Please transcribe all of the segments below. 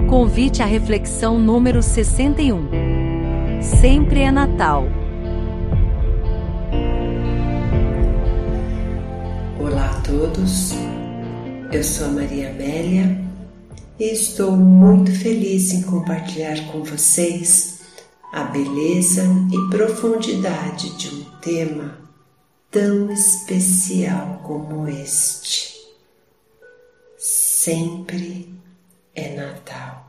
Convite à reflexão número 61. Sempre é Natal. Olá a todos, eu sou a Maria Amélia e estou muito feliz em compartilhar com vocês a beleza e profundidade de um tema tão especial como este. Sempre é Natal.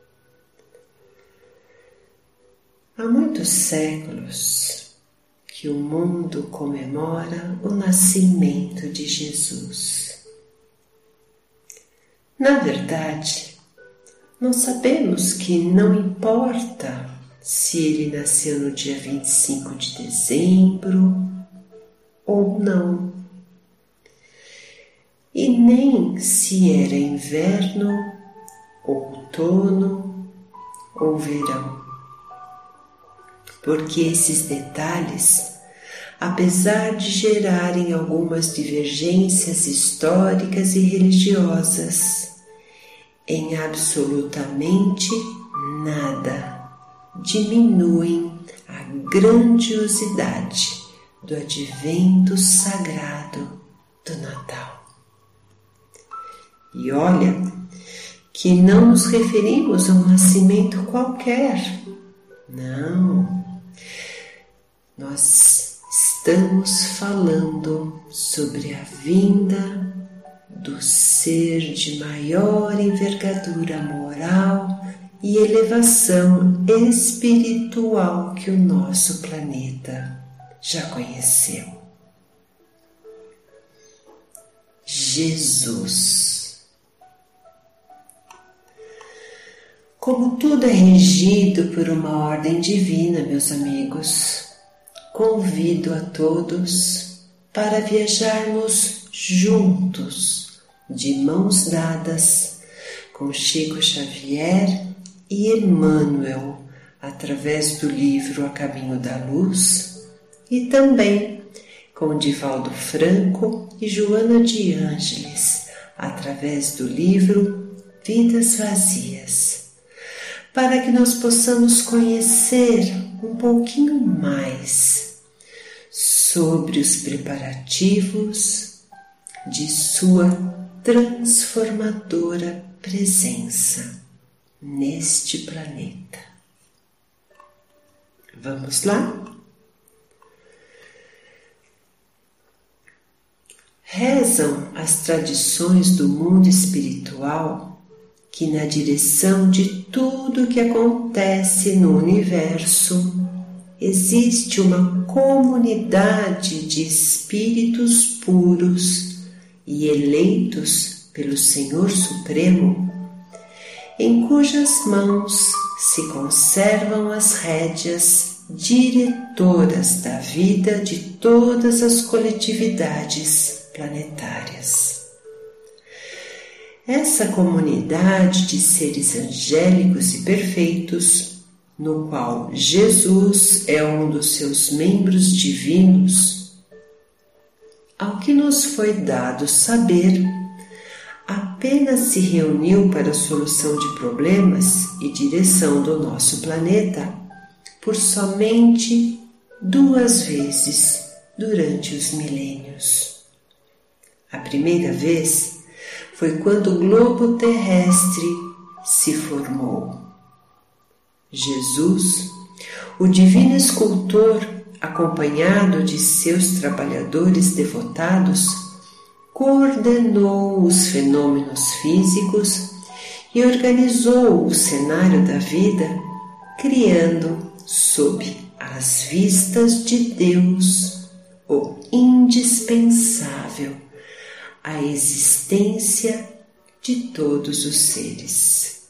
Há muitos séculos que o mundo comemora o nascimento de Jesus. Na verdade, nós sabemos que não importa se ele nasceu no dia 25 de dezembro ou não, e nem se era inverno, outono ou verão. Porque esses detalhes, apesar de gerarem algumas divergências históricas e religiosas, em absolutamente nada diminuem a grandiosidade do advento sagrado do Natal. E olha que não nos referimos a um nascimento qualquer, não. Nós estamos falando sobre a vinda do ser de maior envergadura moral e elevação espiritual que o nosso planeta já conheceu. Jesus. Como tudo é regido por uma ordem divina, meus amigos, convido a todos para viajarmos juntos, de mãos dadas, com Chico Xavier e Emmanuel, através do livro A Caminho da Luz, e também com Divaldo Franco e Joana de Ângeles, através do livro Vidas Vazias, para que nós possamos conhecer um pouquinho mais sobre os preparativos de sua transformadora presença neste planeta. Vamos lá? Rezam as tradições do mundo espiritual que na direção de tudo que acontece no universo existe uma comunidade de espíritos puros e eleitos pelo Senhor Supremo, em cujas mãos se conservam as rédeas diretoras da vida de todas as coletividades planetárias. Essa comunidade de seres angélicos e perfeitos, no qual Jesus é um dos seus membros divinos, ao que nos foi dado saber, apenas se reuniu para a solução de problemas e direção do nosso planeta por somente 2 vezes durante os milênios. A primeira vez foi quando o globo terrestre se formou. Jesus, o divino escultor, acompanhado de seus trabalhadores devotados, coordenou os fenômenos físicos e organizou o cenário da vida, criando, sob as vistas de Deus, o indispensável à existência de todos os seres.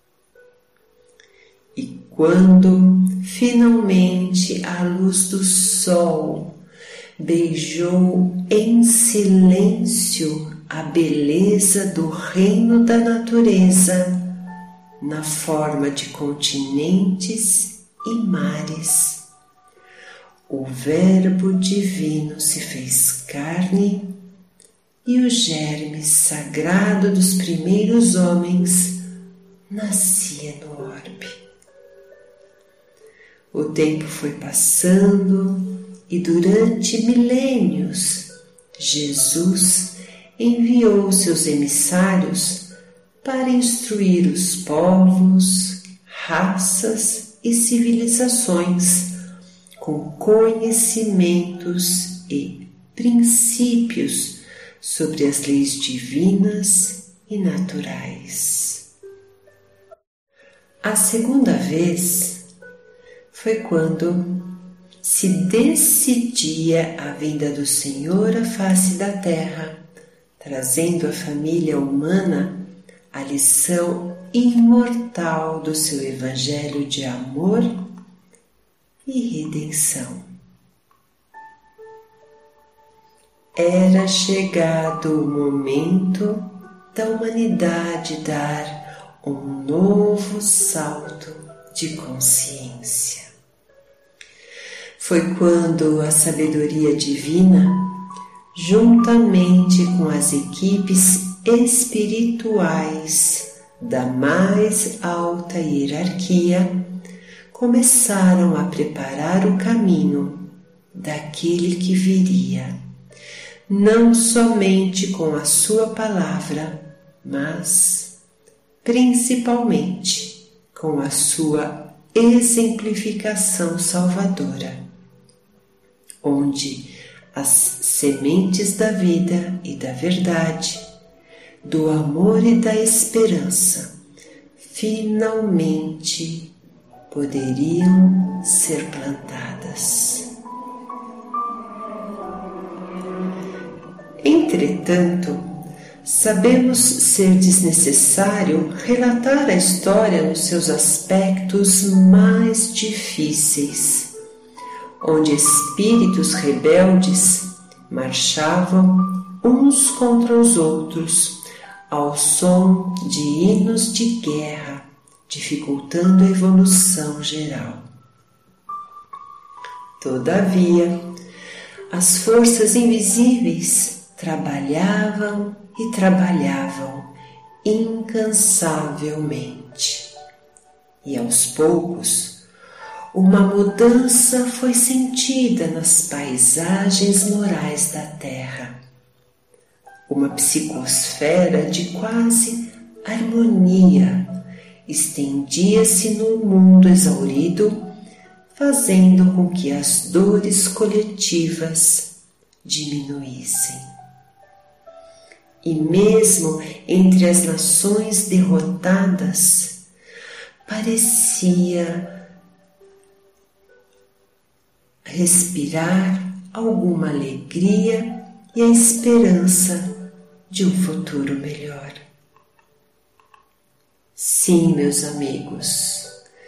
E quando finalmente a luz do sol beijou em silêncio a beleza do reino da natureza, na forma de continentes e mares, o Verbo divino se fez carne e o germe sagrado dos primeiros homens nascia no orbe. O tempo foi passando e durante milênios Jesus enviou seus emissários para instruir os povos, raças e civilizações com conhecimentos e princípios sobre as leis divinas e naturais. A segunda vez foi quando se decidia a vinda do Senhor à face da terra, trazendo à família humana a lição imortal do seu evangelho de amor e redenção. Era chegado o momento da humanidade dar um novo salto de consciência. Foi quando a sabedoria divina, juntamente com as equipes espirituais da mais alta hierarquia, começaram a preparar o caminho daquele que viria, não somente com a sua palavra, mas principalmente com a sua exemplificação salvadora, onde as sementes da vida e da verdade, do amor e da esperança, finalmente poderiam ser plantadas. Entretanto, sabemos ser desnecessário relatar a história nos seus aspectos mais difíceis, onde espíritos rebeldes marchavam uns contra os outros ao som de hinos de guerra, dificultando a evolução geral. Todavia, as forças invisíveis trabalhavam e trabalhavam incansavelmente. E aos poucos, uma mudança foi sentida nas paisagens morais da Terra. Uma psicosfera de quase harmonia estendia-se no mundo exaurido, fazendo com que as dores coletivas diminuíssem. E mesmo entre as nações derrotadas, parecia respirar alguma alegria e a esperança de um futuro melhor. Sim, meus amigos,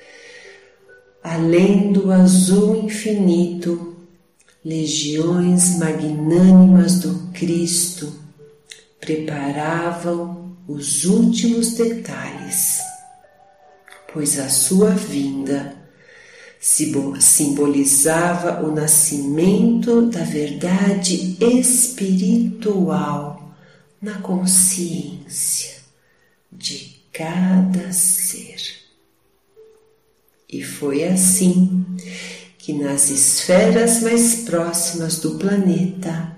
além do azul infinito, legiões magnânimas do Cristo preparavam os últimos detalhes, pois a sua vinda simbolizava o nascimento da verdade espiritual na consciência de cada ser. E foi assim que nas esferas mais próximas do planeta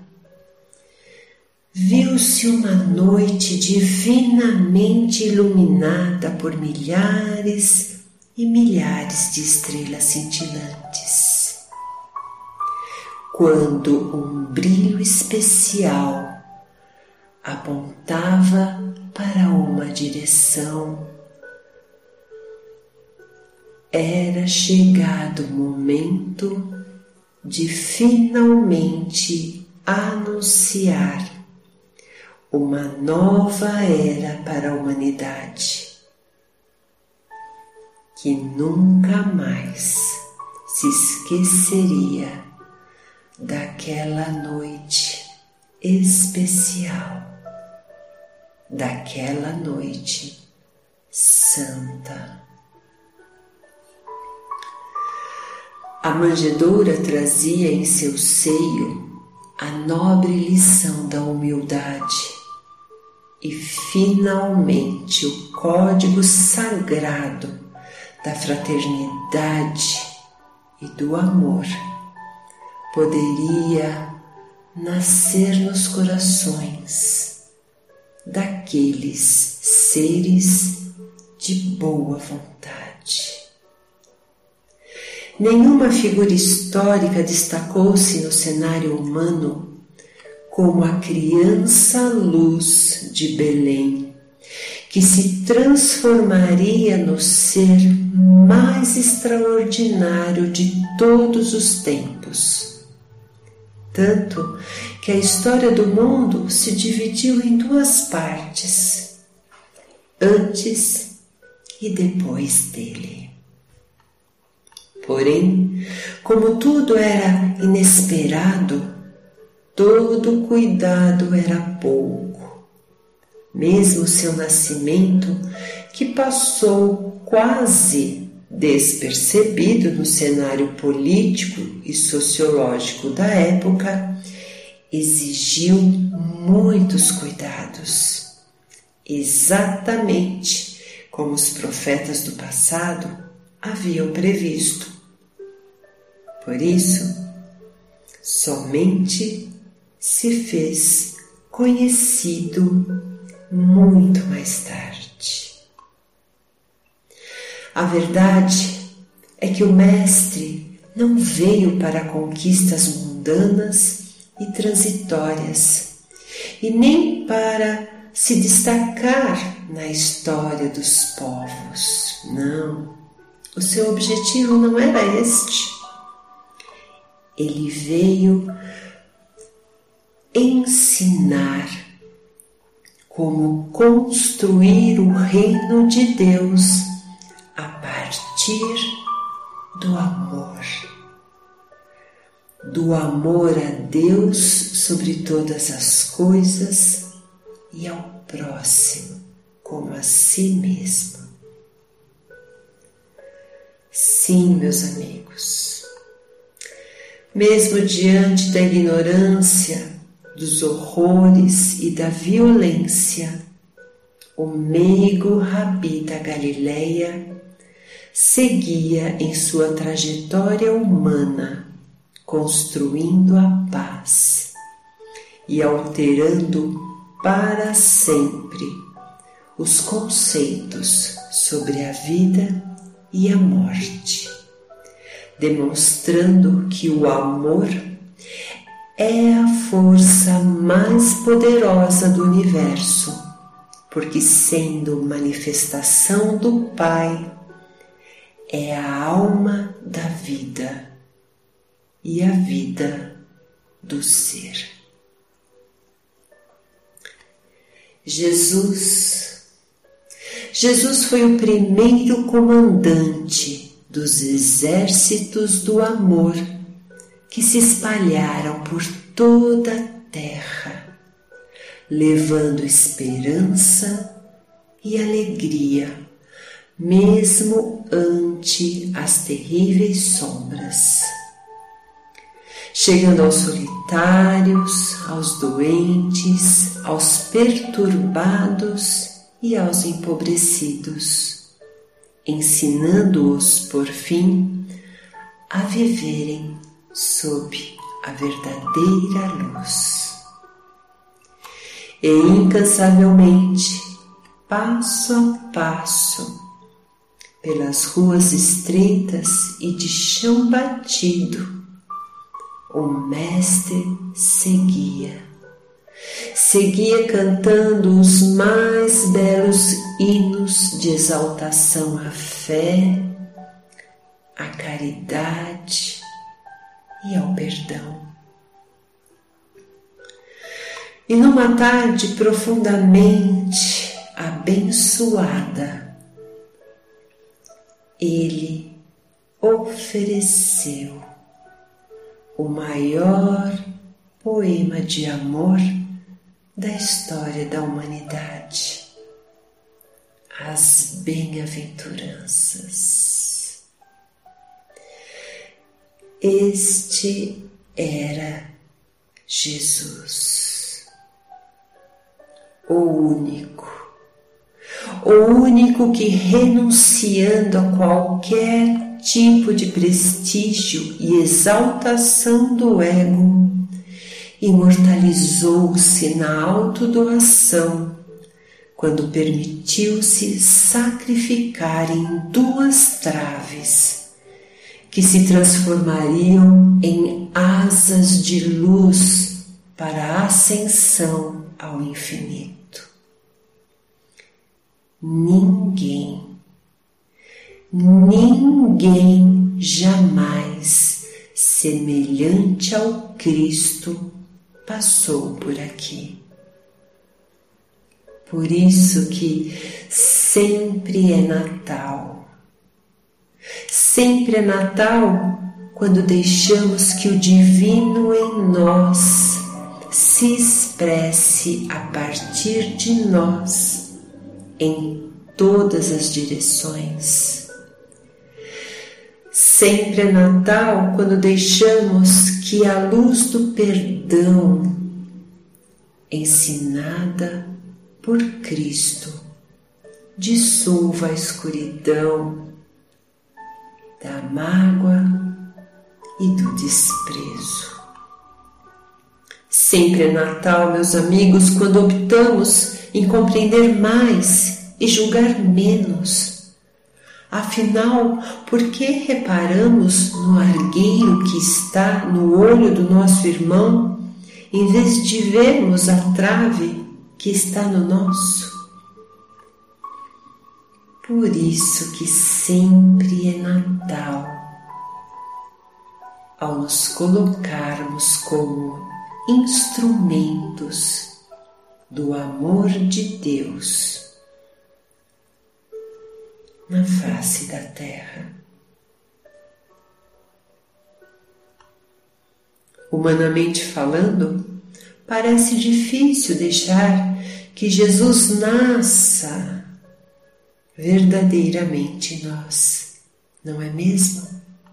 viu-se uma noite divinamente iluminada por milhares e milhares de estrelas cintilantes, quando um brilho especial apontava para uma direção. Era chegado o momento de finalmente anunciar uma nova era para a humanidade, que nunca mais se esqueceria daquela noite especial, daquela noite santa. A manjedoura trazia em seu seio a nobre lição da humildade e finalmente o código sagrado da fraternidade e do amor poderia nascer nos corações daqueles seres de boa vontade. Nenhuma figura histórica destacou-se no cenário humano como a criança luz de Belém, que se transformaria no ser mais extraordinário de todos os tempos. Tanto que a história do mundo se dividiu em duas partes, antes e depois dele. Porém, como tudo era inesperado, todo cuidado era pouco. Mesmo seu nascimento, que passou quase despercebido no cenário político e sociológico da época, exigiu muitos cuidados, exatamente como os profetas do passado haviam previsto. Por isso, somente se fez conhecido muito mais tarde. A verdade é que o Mestre não veio para conquistas mundanas e transitórias, e nem para se destacar na história dos povos. Não, o seu objetivo não era este. Ele veio ensinar como construir o reino de Deus a partir do amor a Deus sobre todas as coisas e ao próximo como a si mesmo. Sim, meus amigos, mesmo diante da ignorância, dos horrores e da violência, o meigo Rabi da Galileia seguia em sua trajetória humana, construindo a paz e alterando para sempre os conceitos sobre a vida e a morte, demonstrando que o amor é a força mais poderosa do universo, porque sendo manifestação do Pai, é a alma da vida e a vida do ser. Jesus foi o primeiro comandante dos exércitos do amor que se espalharam por toda a terra, levando esperança e alegria, mesmo ante as terríveis sombras, chegando aos solitários, aos doentes, aos perturbados e aos empobrecidos, ensinando-os, por fim, a viverem sob a verdadeira luz. E incansavelmente, passo a passo, pelas ruas estreitas e de chão batido, o Mestre seguia cantando os mais belos hinos de exaltação à fé, à caridade e ao perdão. E numa tarde profundamente abençoada, ele ofereceu o maior poema de amor da história da humanidade, as bem-aventuranças. Este era Jesus. o único que, renunciando a qualquer tipo de prestígio e exaltação do ego, imortalizou-se na autodoação, quando permitiu-se sacrificar em 2 traves, que se transformariam em asas de luz para a ascensão ao infinito. Ninguém jamais semelhante ao Cristo passou por aqui. Por isso que sempre é Natal. Sempre é Natal quando deixamos que o divino em nós se expresse a partir de nós em todas as direções. Sempre é Natal quando deixamos que a luz do perdão, ensinada por Cristo, dissolva a escuridão da mágoa e do desprezo. Sempre é Natal, meus amigos, quando optamos em compreender mais e julgar menos. Afinal, por que reparamos no argueiro que está no olho do nosso irmão, em vez de vermos a trave que está no nosso? Por isso que sempre é Natal, ao nos colocarmos como instrumentos do amor de Deus na face da terra. Humanamente falando, parece difícil deixar que Jesus nasça verdadeiramente em nós, não é mesmo?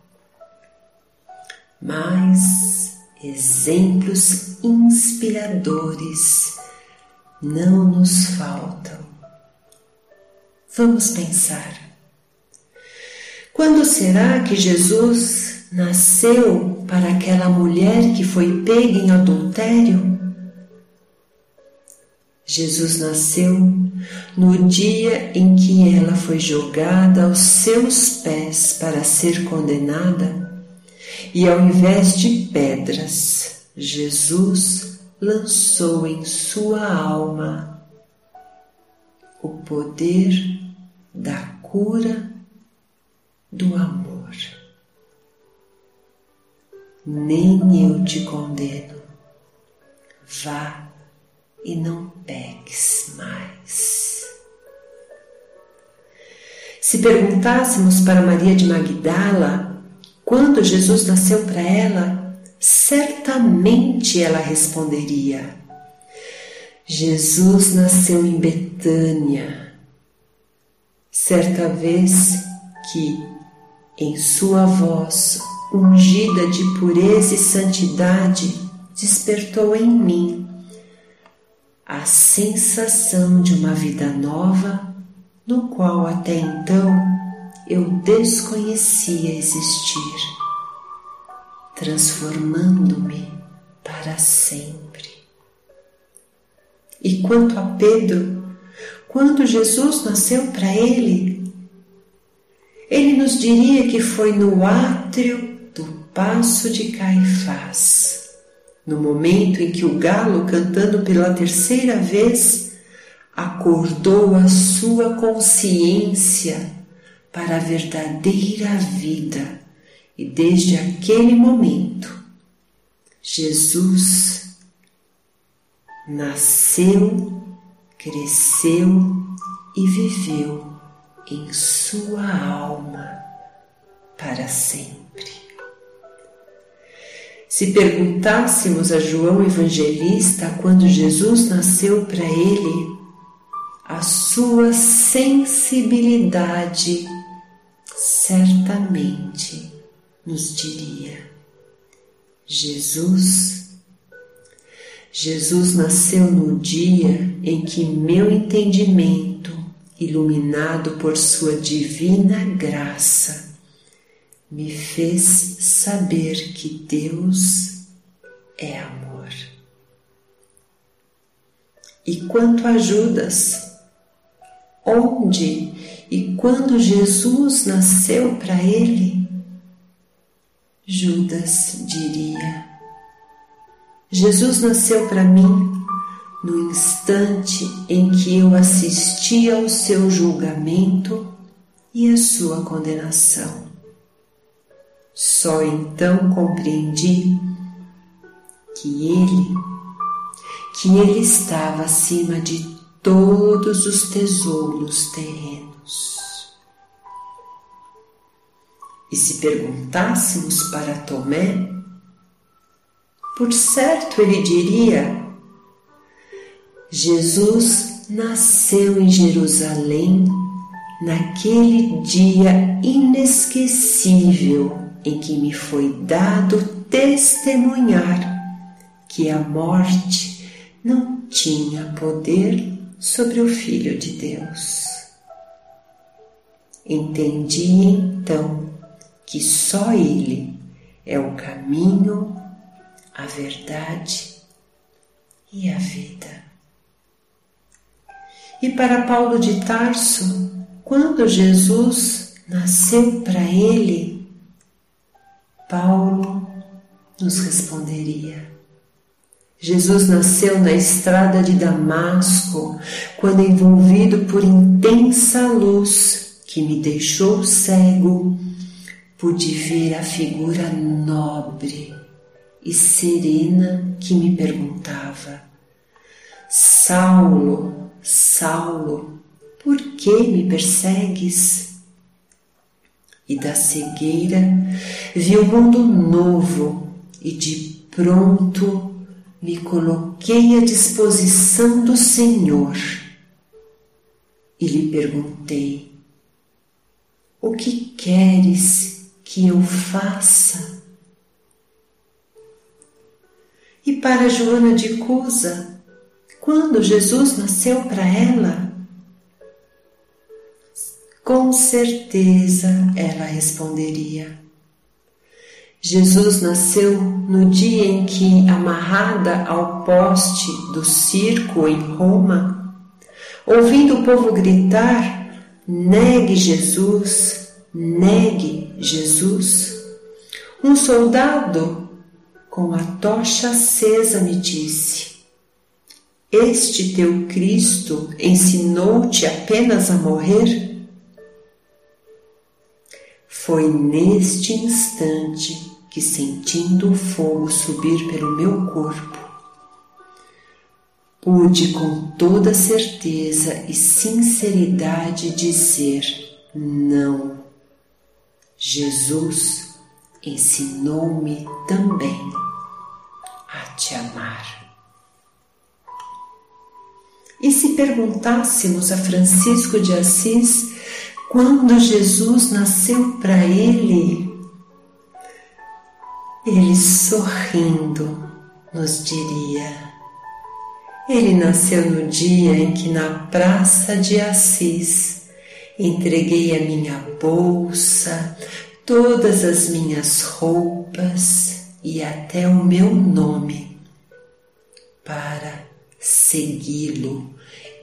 Mas exemplos inspiradores não nos faltam. Vamos pensar. Quando será que Jesus nasceu para aquela mulher que foi pega em adultério? Jesus nasceu no dia em que ela foi jogada aos seus pés para ser condenada, e ao invés de pedras, Jesus lançou em sua alma o poder da cura do amor. Nem eu te condeno. Vá e não peques mais. Se perguntássemos para Maria de Magdala quando Jesus nasceu para ela, certamente ela responderia: Jesus nasceu em Betânia. Certa vez que, em sua voz ungida de pureza e santidade, despertou em mim a sensação de uma vida nova, no qual até então eu desconhecia existir, transformando-me para sempre. E quanto a Pedro, quando Jesus nasceu para ele nos diria que foi no átrio do Paço de Caifás, no momento em que o galo, cantando pela 3ª vez, acordou a sua consciência para a verdadeira vida, e desde aquele momento Jesus nasceu, cresceu e viveu em sua alma para sempre. Se perguntássemos a João Evangelista quando Jesus nasceu para ele, a sua sensibilidade certamente nos diria: Jesus Jesus nasceu no dia em que meu entendimento, iluminado por sua divina graça, me fez saber que Deus é amor. E quanto a Judas, onde e quando Jesus nasceu para ele? Judas diria: Jesus nasceu para mim no instante em que eu assisti ao seu julgamento e à sua condenação. Só então compreendi que ele estava acima de todos os tesouros terrenos. E se perguntássemos para Tomé, por certo ele diria: Jesus nasceu em Jerusalém naquele dia inesquecível em que me foi dado testemunhar que a morte não tinha poder sobre o Filho de Deus. Entendi então que só Ele é o caminho, a verdade e a vida. E para Paulo de Tarso, quando Jesus nasceu para ele, Paulo nos responderia: Jesus nasceu na estrada de Damasco, quando envolvido por intensa luz que me deixou cego, pude ver a figura nobre e serena que me perguntava: Saulo, Saulo, por que me persegues? E da cegueira vi um mundo novo e de pronto me coloquei à disposição do Senhor. E lhe perguntei: o que queres que eu faça? E para Joana de Cusa, quando Jesus nasceu para ela? Com certeza ela responderia: Jesus nasceu no dia em que, amarrada ao poste do circo em Roma, ouvindo o povo gritar: negue Jesus, negue Jesus, um soldado com a tocha acesa me disse: este teu Cristo ensinou-te apenas a morrer? Foi neste instante que, sentindo o fogo subir pelo meu corpo, pude com toda certeza e sinceridade dizer: não, Jesus ensinou-me também a te amar. E se perguntássemos a Francisco de Assis, quando Jesus nasceu para ele sorrindo nos diria: ele nasceu no dia em que na Praça de Assis entreguei a minha bolsa, todas as minhas roupas e até o meu nome para segui-lo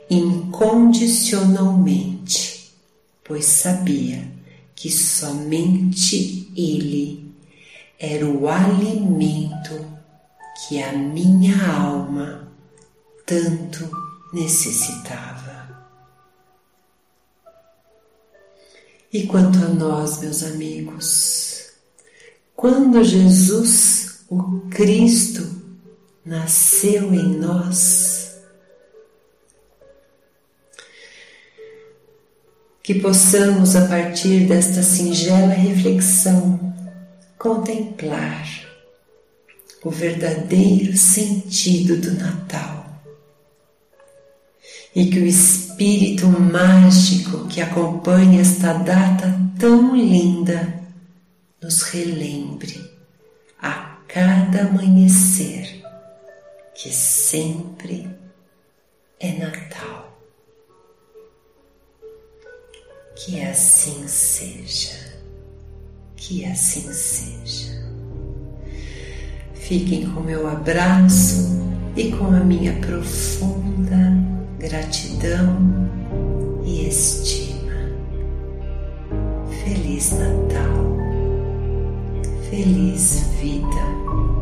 incondicionalmente, pois sabia que somente ele era o alimento que a minha alma tanto necessitava. E quanto a nós, meus amigos, quando Jesus, o Cristo, nasceu em nós, que possamos, a partir desta singela reflexão, contemplar o verdadeiro sentido do Natal e que o espírito mágico que acompanha esta data tão linda nos relembre a cada amanhecer que sempre é Natal. Que assim seja, que assim seja. Fiquem com meu abraço e com a minha profunda gratidão e estima. Feliz Natal, feliz vida.